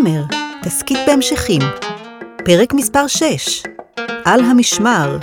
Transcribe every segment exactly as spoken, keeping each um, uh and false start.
צימר, תסקית בהמשכים. פרק מספר שש. על המשמר.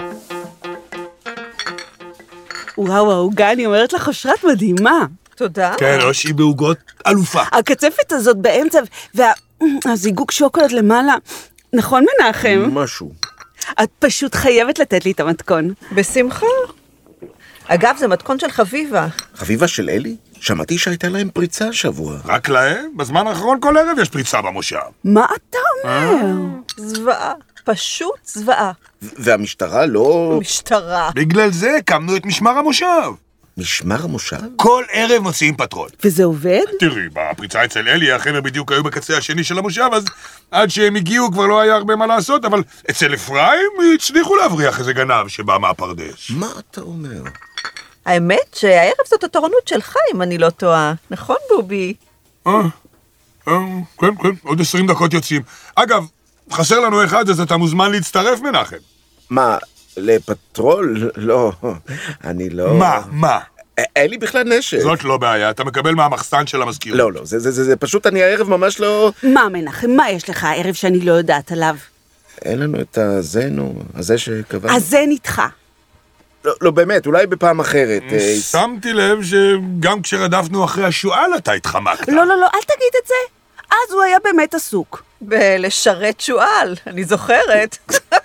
וואו, העוגה, אני אומרת לך, אושרת מדהימה. תודה. כן, או שהיא בעוגות אלופה. הקצפת הזאת באמצע, והזיגוק שוקולד למעלה. נכון, מנחם? משהו. את פשוט חייבת לתת לי את המתכון. בשמחה. אגב, זה מתכון של חביבה. חביבה של אלי? שמעתי שהייתה להם פריצה השבוע. רק להם? בזמן האחרון כל ערב יש פריצה במושב. מה אתה אומר? זוועה. פשוט זוועה. והמשטרה לא... משטרה. בגלל זה הקמנו את משמר המושב. משמר המושב? כל ערב מוציאים פטרול. וזה עובד? תראי, בפריצה אצל אלי, החבר'ה בדיוק היו בקצה השני של המושב, אז עד שהם הגיעו כבר לא היה הרבה מה לעשות, אבל אצל אפרים הצליחו להבריח איזה גנב שבא מהפרדס. מה אתה אומר? האמת שהערב זאת התורנות שלך, אם אני לא טועה. נכון, בובי? אה, אה, כן, כן, עוד עשרים דקות יוצאים. אגב, חסר לנו אחד, אז אתה מוזמן להצטרף, מנחם. מה, לפטרול? לא, אני לא... מה, מה? אין לי בכלל נשק. זאת לא בעיה, אתה מקבל מהמחסן של המזכיר. לא, לא, זה, זה, זה, זה פשוט אני הערב ממש לא... מה, מנחם, מה יש לך הערב שאני לא יודעת עליו? אין לנו את הזנו, הזה שקבע... אז זה נדחה. לא, לא, באמת, אולי בפעם אחרת. שמתי לב שגם כשרדפנו אחרי השואל אתה התחמקת. לא, לא, לא, אל תגיד את זה. אז הוא היה באמת עסוק. בלשרת שואל, אני זוכרת.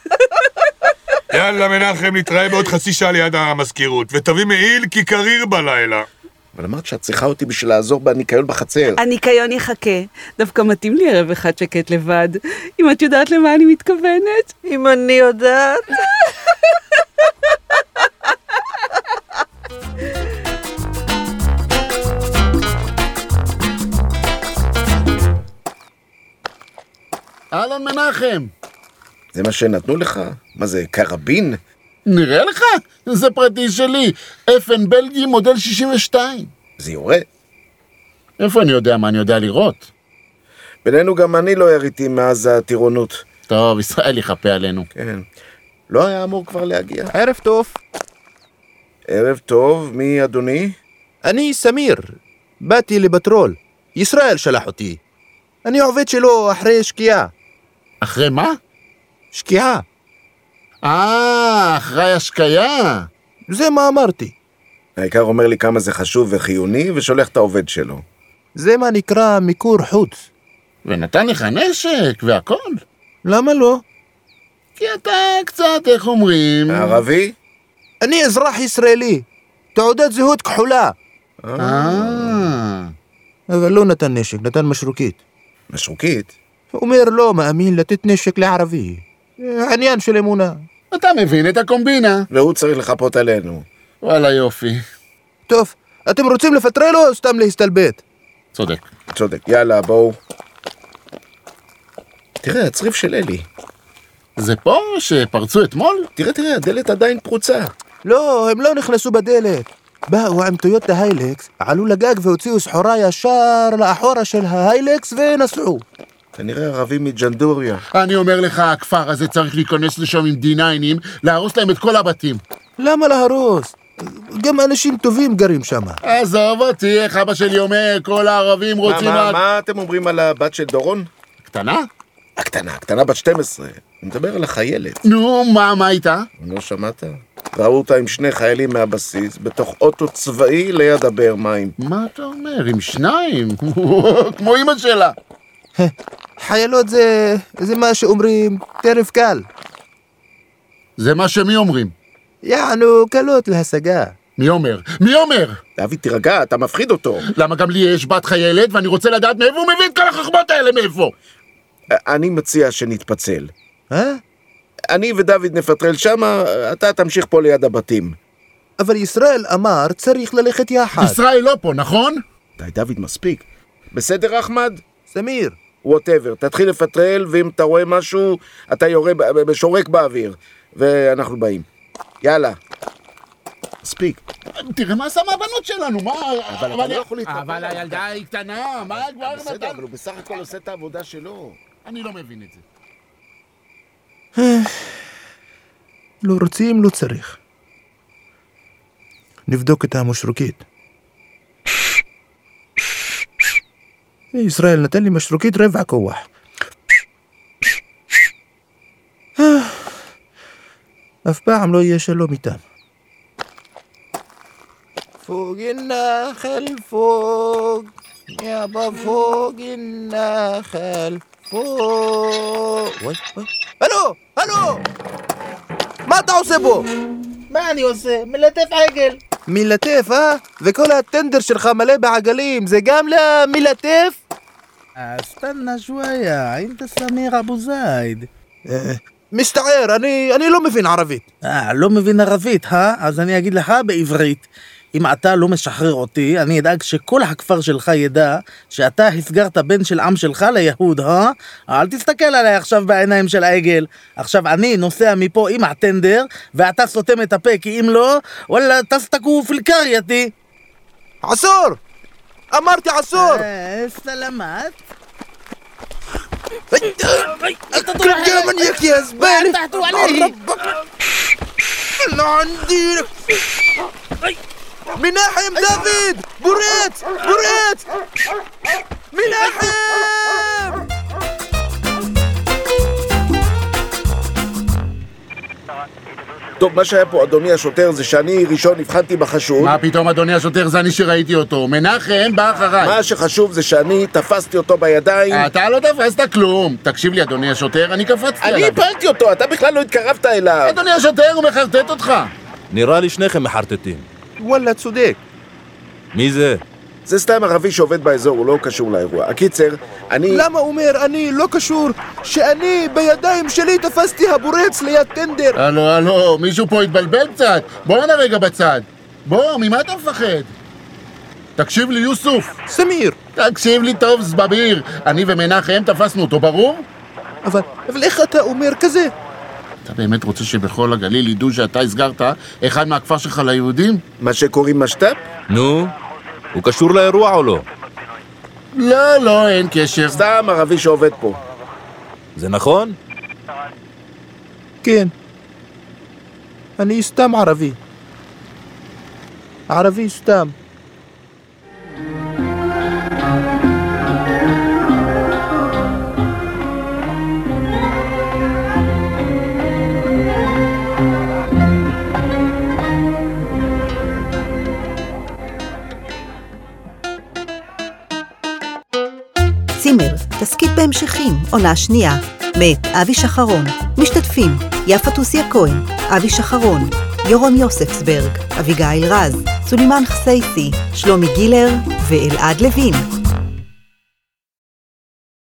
יאללה מנחם, נתראה בעוד חצי שעה ליד המזכירות, ותביא מעיל כי קריר בלילה. אבל אמרת שאת צריכה אותי בשביל לעזור בניקיון בחצר. הניקיון יחכה. דווקא מתאים לי ערב אחד שקט לבד. אם את יודעת למה אני מתכוונת. אם אני יודעת. אהלן מנחם. זה מה שנתנו לך? מה זה, קרבין? נראה לך? זה פרטי שלי. אפן בלגי מודל שישים ושתיים. זה יורה. איפה אני יודע מה אני יודע לראות? בינינו גם אני לא יריתי מאז הטירונות. טוב, ישראל יחפה עלינו. כן. לא היה אמור כבר להגיע. ערב טוב. ערב טוב, מי אדוני? אני סמיר. באתי לפטרול. ישראל שלח אותי. אני עובד שלו אחרי שקיעה. אחרי מה? שקיעה. אה, אחרי השקייה. זה מה אמרתי. העיקר אומר לי כמה זה חשוב וחיוני, ושולח את העובד שלו. זה מה נקרא מיקור חוץ. ונתן לך נשק והכל. למה לא? כי אתה קצת, איך אומרים? ערבי? אני אזרח ישראלי. תעודת זהות כחולה. אה. אבל לא נתן נשק, נתן משרוקית. משרוקית? הוא אומר לא מאמין לתת נשק לערבי. עניין של אמונה. אתה מבין את הקומבינה. והוא צריך לחפות עלינו. וואלה יופי. טוב, אתם רוצים לפטרל או סתם להסתלבט? צודק. צודק, יאללה, בואו. תראה, הצריף של אלי. זה פה שפרצו אתמול? תראה, תראה, הדלת עדיין פרוצה. לא, הם לא נכנסו בדלת. באו עם טויוטה היילקס, עלו לגג והוציאו סחורה ישר לאחורה של ההיילקס ונסעו. כנראה ערבים מג'נדוריה. אני אומר לך, הכפר הזה צריך להיכנס לשם עם די ניינים, להרוס להם את כל הבתים. למה להרוס? גם אנשים טובים גרים שם. עזוב אותי, איך אבא שלי אומר, כל הערבים רוצים... מה, מה, מה אתם אומרים על הבת של דורון? קטנה? הקטנה, הקטנה בת שתים עשרה. הוא מדבר על החיילת. נו, מה, מה איתה? לא שמעת? ראו אותה עם שני חיילים מהבסיס, בתוך אוטו צבאי ליד הבאר מים. מה אתה אומר? עם שניים? כמו אמא שלה. חיילות זה, זה מה שאומרים טרף קל. זה מה שמי אומרים? יענו קלות להשגה. מי אומר? מי אומר? דוד, תירגע, אתה מפחיד אותו. למה גם לי יש בת חיילת ואני רוצה לדעת מאיפה הוא מביא את כל החוכמות האלה, מאיפה? אני מציע שנתפצל. אה? אני ודוד נפטרל שמה, אתה תמשיך פה ליד הבתים. אבל ישראל אמר צריך ללכת יחד. ישראל לא פה, נכון? די, דוד, מספיק. בסדר, אחמד? סמיר. whatever, תתחיל לפטרל, ואם אתה רואה משהו, אתה יורה בשורק באוויר. ואנחנו באים. יאללה. מספיק. תראה מה עשה מהבנות שלנו, מה... אבל אתה לא יכול להתנפל. אבל הילדה היא קטנה, מה כבר נתן? בסדר, אבל הוא בסך הכל עושה את העבודה שלו. אני לא מבין את זה. לא רוצים, לא צריך. נבדוק את המשרוקית. ישראל נתן לי משרוקית רבע כוח. אף פעם לא יהיה שלום איתם. פוג הנחל פוג, יא בפוג הנחל פוג. וואי, וואי. הלו, הלו! מה אתה עושה בו? מה אני עושה? מלטף עגל. מלטף, אה? וכל הטנדר שלך מלא בעגלים, זה גם למלטף? استنى شوية انت سمير ابو زايد. מסתער, אני, אני לא מבין ערבית. אה, לא מבין ערבית, אה? אז אני אגיד לך בעברית. אם אתה לא משחרר אותי, אני אדאג שכל הכפר שלך ידע שאתה הסגרת בן של עם שלך ליהוד, אה? אל תסתכל עליי עכשיו בעיניים של העגל. עכשיו אני נוסע מפה עם הטנדר, ואתה סותם את הפה, כי אם לא, וואלה, תסתקו פילקרייתי. עשור! אמרתי עשור! אה, סלמת. كل منك يا زبالة تحتوا عليه. اللي عندي مناحم دافيد بريت بريت مناحم. טוב, מה שהיה פה, אדוני השוטר, זה שאני ראשון הבחנתי בחשוד. מה פתאום, אדוני השוטר? זה אני שראיתי אותו. מנחם בא אחריי. מה שחשוב זה שאני תפסתי אותו בידיים. אתה לא תפסת כלום. תקשיב לי, אדוני השוטר, אני קפצתי עליו. אני הפלתי אותו, אתה בכלל לא התקרבת אליו. אדוני השוטר, הוא מחרטט אותך. נראה לי שניכם מחרטטים. וואלה, צודק. מי זה? זה סתם ערבי שעובד באזור, הוא לא קשור לאירוע. הקיצר, אני... למה אומר אני לא קשור שאני בידיים שלי תפסתי הבורץ ליד טנדר? הלו, הלו, מישהו פה התבלבל קצת. בוא נע רגע בצד. בוא, ממה אתה מפחד? תקשיב לי, יוסוף. סמיר. תקשיב לי טוב, זבביר. אני ומנחם תפסנו אותו, ברור? אבל, אבל איך אתה אומר כזה? אתה באמת רוצה שבכל הגליל ידעו שאתה הסגרת אחד מהכפר שלך ליהודים? מה שקוראים משת"פ? נו, הוא קשור לאירוע או לא? לא, לא, אין קשר. סתם ערבי שעובד פה. זה נכון? כן. אני סתם ערבי. ערבי סתם. צימר, תסקית בהמשכים, עונה שנייה, מאת אבי שחרון. משתתפים, יפה תוסיה כהן, אבי שחרון, יורון יוספסברג, אביגיל רז, סולימן חסייסי, שלומי גילר ואלעד לוין.